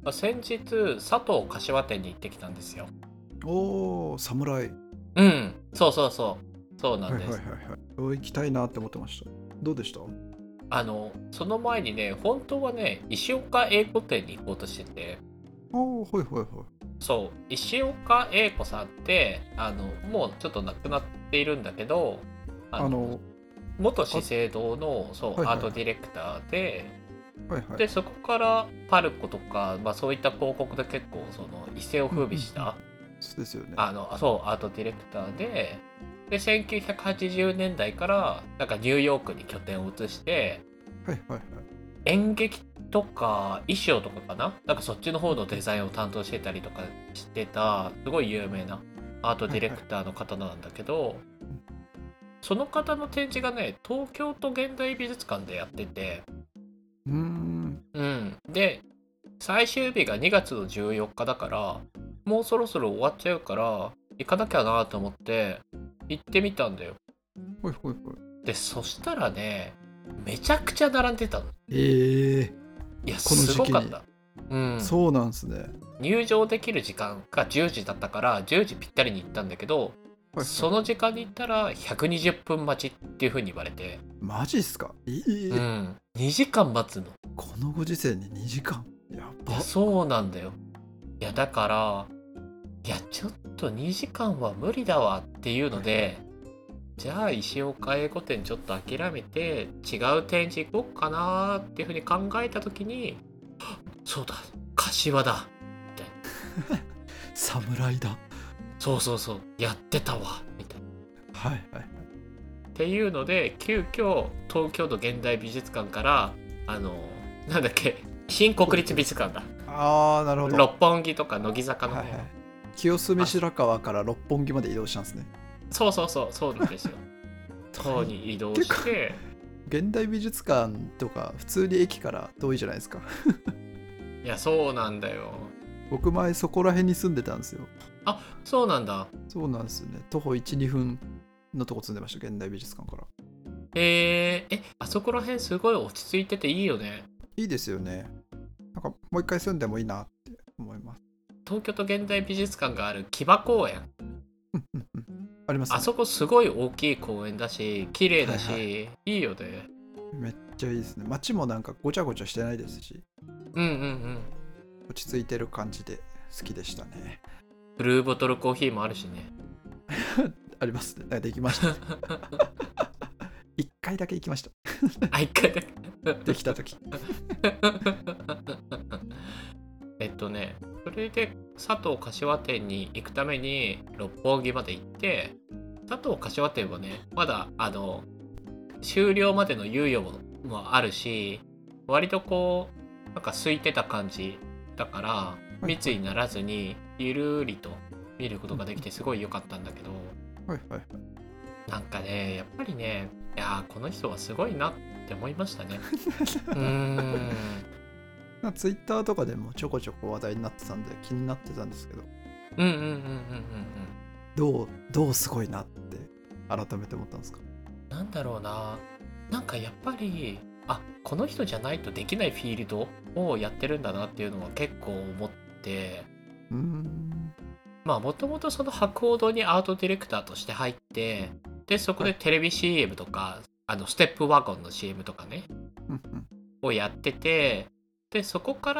先日佐藤柏店に行ってきたんですよ。 おー、侍。 うん、そうそうそう、そうなんです。 はいはいはいはい。行きたいなって思ってました。どうでした？ その前にね、本当はね、石岡英子店に行こうとしてて、 おー、はいはいはい。 そう、石岡英子さんって、もうちょっと亡くなっているんだけど、あの、 あの、 元あ、 資生堂の、そう、 はいはいはい。 アートディレクターで、 はいはい。 で、そこからパルコとか、まあそういった広告で結構、一世を風うんうんうん。 靡した、 そうですよね。 そう、アートディレクターで、1980年代からなんかニューヨークに拠点を移して、 はいはいはい。 演劇とか衣装とかかな、なんかそっちの方のデザインを担当してたりとかしてた、すごい有名なアートディレはいはい。 クターの方なんだけど、 うん。 その方の展示がね、東京都現代美術館でやってて、 うーん。 うん。で、最終日が2月の14日だから、もうそろそろ終わっちゃうから、行かなきゃなと思って、行ってみたんだよ。 はいはいはい。 で、そしたらね、めちゃくちゃ並んでたの。いや、 このす時期に。 ごかった。うん。 そうなんですね。 入場できる時間が10時だったから、10時ぴったりに行ったんだけど、 はいはい。 その時間に行ったら120分待ちっていう風に言われて、 マジっすか？ うん。2時間待つの。 このご時世に2時間。やいや、 ば。 そうなんだよ。いや、だから、いや、ちょっと2時間は無理だわっていうはいはい。 ので、じゃあ石岡英語展ちょっと諦めて違う展示行こうかなっていうふうに考えた時に、そうだ、柏だみたいな。 侍だ。 そうそうそう、やってたわみたいな。 はいはいはい。 っていうので、急遽東京都現代美術館から、あの、なんだっけ、新国立美術館だ。 あー、なるほど。 六本木とか乃木坂の方。 はいはい。清澄あ、 白河から六本木まで移動したんですね。 そうそうそう、そうなんですよ。方はい。 に移動てか、 して、 現代美術館とか普通に駅から遠いじゃないですか。 いや、そうなんだよ。 僕前そこら辺に住んでたんですよ。 あ、そうなんだ。 そうなんですよね。徒歩1、2分のとこ住んでました、現代美術館から。 あそこら辺すごい落ち着いてていいよね。 いいですよね。なんかもう一回住んでもいいなって思います。 東京都現代美術館がある木場公園。 うんうんうん。ありますね。 あそこすごい大きい公園だし、綺麗だはいはい。 し、いいよね。 めっちゃいいですね。街もなんかごちゃごちゃしてないですし、 うんうんうん。 落ち着いてる感じで好きでしたね。 ブルーボトルコーヒーもあるしね。 ありますね。できました。一回だけ行きました。 あ、一回だけ。 できたとき。 それで佐藤柏店に行くために六本木まで行って、佐藤柏店はね、まだ終了までの猶予もあるし、割とこうなんか空いてた感じだから、 はいはい。 密にならずにゆるりと見ることうんができてすごい良かったんだけど、 はいはいはい。 なんかね、やっぱりね、いやーこの人はすごいなって思いましたね。うーん。 ツイッターとかでもちょこちょこ話題になってたんで気になってたんですけど、 うんうんうんうんうんうん。 どうすごいなって改めて思ったんですか？ なんだろうな。なんかやっぱり、あ、この人じゃないとできないフィールドをやってるんだなっていうのは結構思って、 うーん。 まあもともとその博報堂にアートディレクターとして入って、で、そこはい。 でテレビ CM とか、ステップワゴンの CM とかね、 うんうん。 をやってて、で、そこから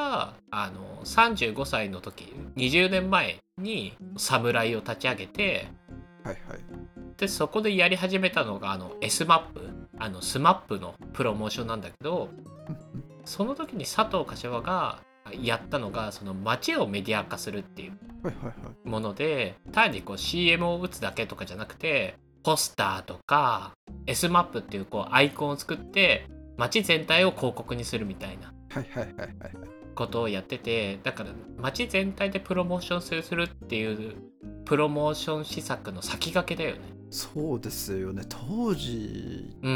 、35歳の時、20年前に侍を立ち上げて、 はいはい。 で、そこでやり始めたのが、SMAP、スマップのプロモーションなんだけど、 うんうん。 その時に佐藤柏がやったのが、その街をメディア化するっていうはいはいはい。 もので、単にこう CM を打つだけとかじゃなくて、ポスターとか SMAP っていうこうアイコンを作って街全体を広告にするみたいなはいはいはいはいはい。 ことをやってて、だから街全体でプロモーションするっていうプロモーション施策の先駆けだよね。 そうですよね。当時、 うん。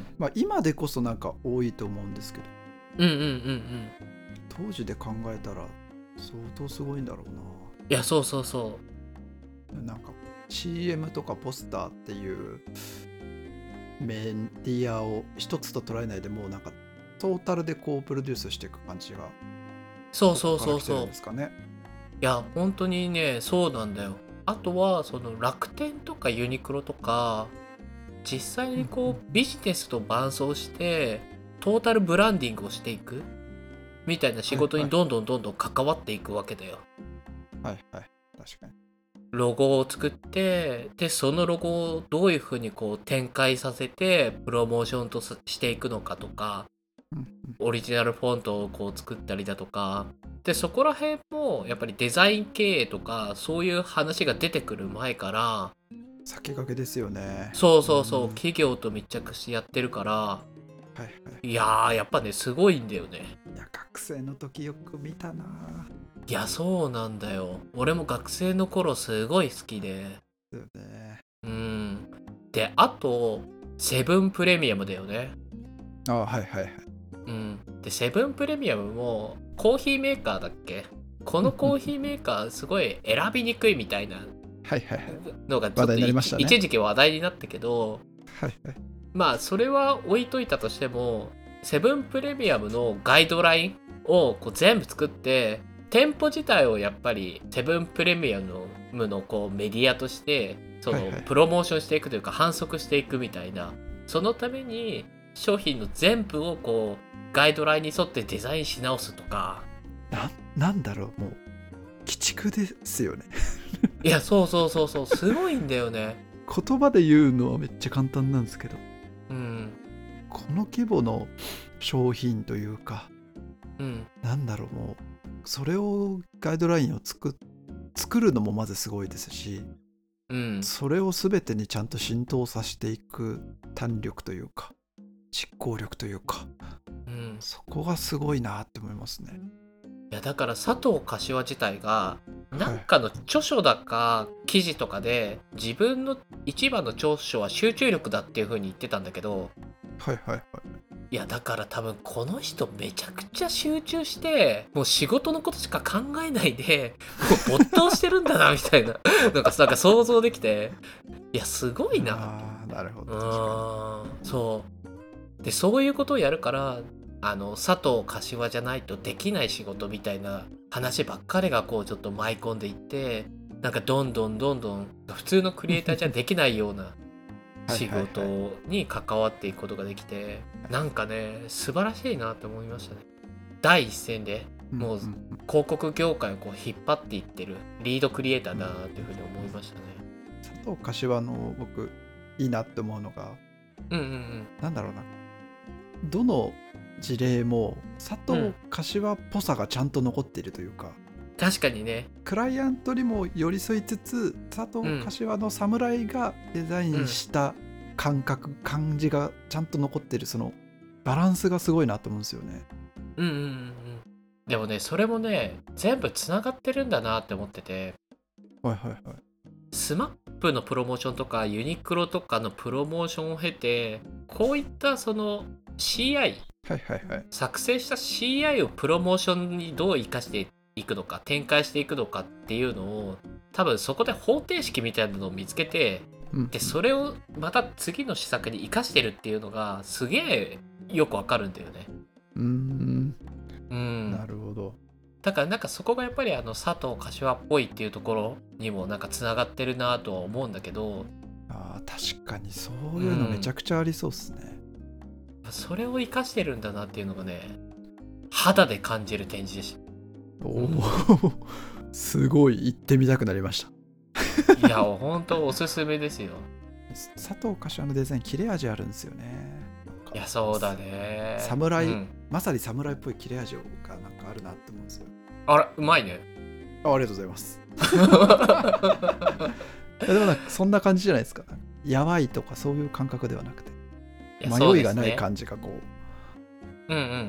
まあ今でこそなんか多いと思うんですけど、 うんうんうんうん。 当時で考えたら相当すごいんだろういや、そうそうそな。なんか CM とかポスターっていうメディアを一つと捉えないでもうなんかトータルでこうプロデュースしていく感じがそうそうとこから来てるそうそう。いんですかね。 や本当にねそうなんだよ。あとはその楽天とかユニクロとか実際うんうんにこうビジネスと伴走してトータルブランディングをしていくみたいな仕はいはい事にどんどんどんどん関わっていくわけだよ。 はいはい。確かに。 ロゴを作って、でそのロゴをどういうふうにこう展開させてプロモーションとしていくのかとか、 うんうんオリジナルフォントをこう作ったりだとか、でそこら辺もやっぱりデザイン経営とかそういう話が出てくる前から、 先駆けですよね。 そうそうそう、 うん。 企業と密着してやってるから、 はいはい。 いやーやっぱねすごいんだよね。 いや、学生の時よく見たな。 いやそうなんだよ。俺も学生の頃すごい好きで。 ですよね。 うん。であとセブンプレミアムだよね。 あ、はいはいはい。 うん。でセブンプレミアムもコーヒーメーカーだっけ。このコーヒーメーカーすごい選びにくいみたいなはいはいはい。 のがちょっと話題になりましたね。 一時期話題になったけど、 はいはい。 まあそれは置いといたとしてもセブンプレミアムのガイドラインをこう全部作って店舗自体をやっぱりセブンプレミアムのこうメディアとしてそのはいはい。 プロモーションしていくというか反則していくみたいな、そのために商品の全部をこうガイドラインに沿ってデザインし直すとか。 なんだろう、もう、鬼畜ですよね。 いやそうそうそうそうすごいんだよね。 言葉で言うのはめっちゃ簡単なんですけど、 うんこの規模の商品というか、 うんなんだろう、もう、それをガイドラインを作るのもまずすごいですし、 うんそれを全てにちゃんと浸透させていく胆力というか、実行力というか、 うん。 そこがすごいなって思いますね。 いやだから佐藤柏自体がなんはいかの著書だか記事とかで自分の一番の長所は集中力だっていう風に言ってたんだけど、 はいはいはい。 いやだから多分この人めちゃくちゃ集中してもう仕事のことしか考えないでもう没頭してるんだなみたいななんか想像できて、いやすごいな。 ああ、なるほうど、確かに。 そうでそういうことをやるから佐藤柏じゃないとできない仕事みたいな話ばっかりがこうちょっと舞い込んでいって、なんかどんどんどんどん普通のクリエイターじゃできないような仕はいはいはい。 事に関わっていくことができて、なんかね素晴らしいなって思いましたね。第一線でもう広告業界をこう引っ張っていってるリードクリエイターだなっていうふうに思いましたね。 佐藤柏の僕いいなって思うのが、 うんうんうん。 なんだろうな、どの事例も佐藤柏っぽさがちゃんと残っているというか、 確かにね。 クライアントにも寄り添いつつ佐藤柏の侍がデザインした感じがちゃんと残ってる、そのバランスがすごいなと思うんですよね。 うんうんうんうん。でもねそれもね全部つながってるんだなって思ってて、 はいはいはい。 スマップのプロモーションとかユニクロとかのプロモーションを経てこういったその CI はいはいはい。 作成した CI をプロモーションにどう生かしていくのか展開していくのかっていうのを多分そこで方程式みたいなのを見つけて、でそれをまた次の施策に生かしてるっていうのがすげえよくわかるんだよね。 なるほど。 だからなんかそこがやっぱり佐藤柏っぽいっていうところにもなんかつながってるなとは思うんだけど、 確かにそういうのめちゃくちゃありそうっすね。 それを生かしてるんだなっていうのがね肌で感じる展示でした。 おおすごい行ってみたくなりました。 いやほんとおすすめですよ。 佐藤柏のデザイン切れ味あるんですよね。 いやそうだね。 侍、まさに侍っぽい切れ味がなんかあるなって思うんですよ。 あらうまいね。 ありがとうございますでもなんかそんな感じじゃないですか。やばいとかそういう感覚ではなくて、迷いがない感じがこう。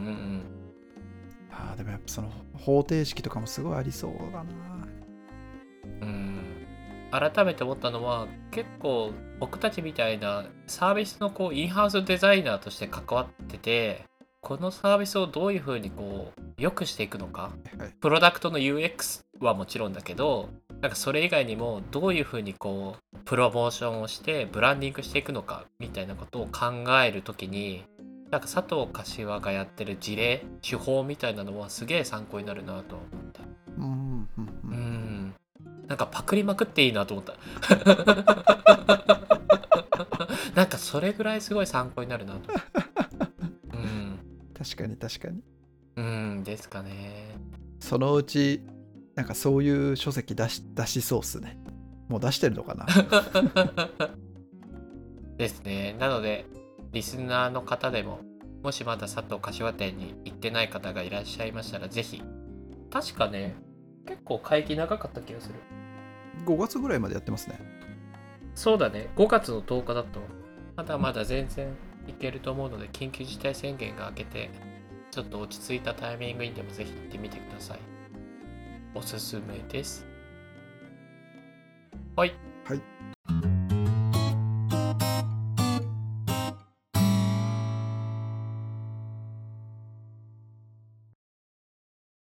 でもやっぱその方程式とかもすごいありそうだな。 改めて思ったのは結構僕たちみたいなサービスのこうインハウスデザイナーとして関わってて、このサービスをどういうふうにこう良くしていくのか、プロダクトの UX はもちろんだけど、なんかそれ以外にもどういうふうにこうプロモーションをしてブランディングしていくのかみたいなことを考えるときに、 なんか佐藤柏がやってる事例手法みたいなのはすげえ参考になるなと思った。 うんうんうんうんなんかパクりまくっていいなと思ったなんかそれぐらいすごい参考になるなとうん確かに確かに。 ですかね。 そのうちなんかそういう書籍出しそうっすね。もう出してるのかな。 ですね。なのでリスナーの方でももしまだ佐藤柏店に行ってない方がいらっしゃいましたらぜひ。確かね結構会期長かった気がする。 5月ぐらいまでやってますね。 そうだね5月の10日だとまだまだ全然いけると思うので緊急事態宣言が明けてちょっと落ち着いたタイミングにでもぜひ行ってみてください。おすすめです。はい。 はい。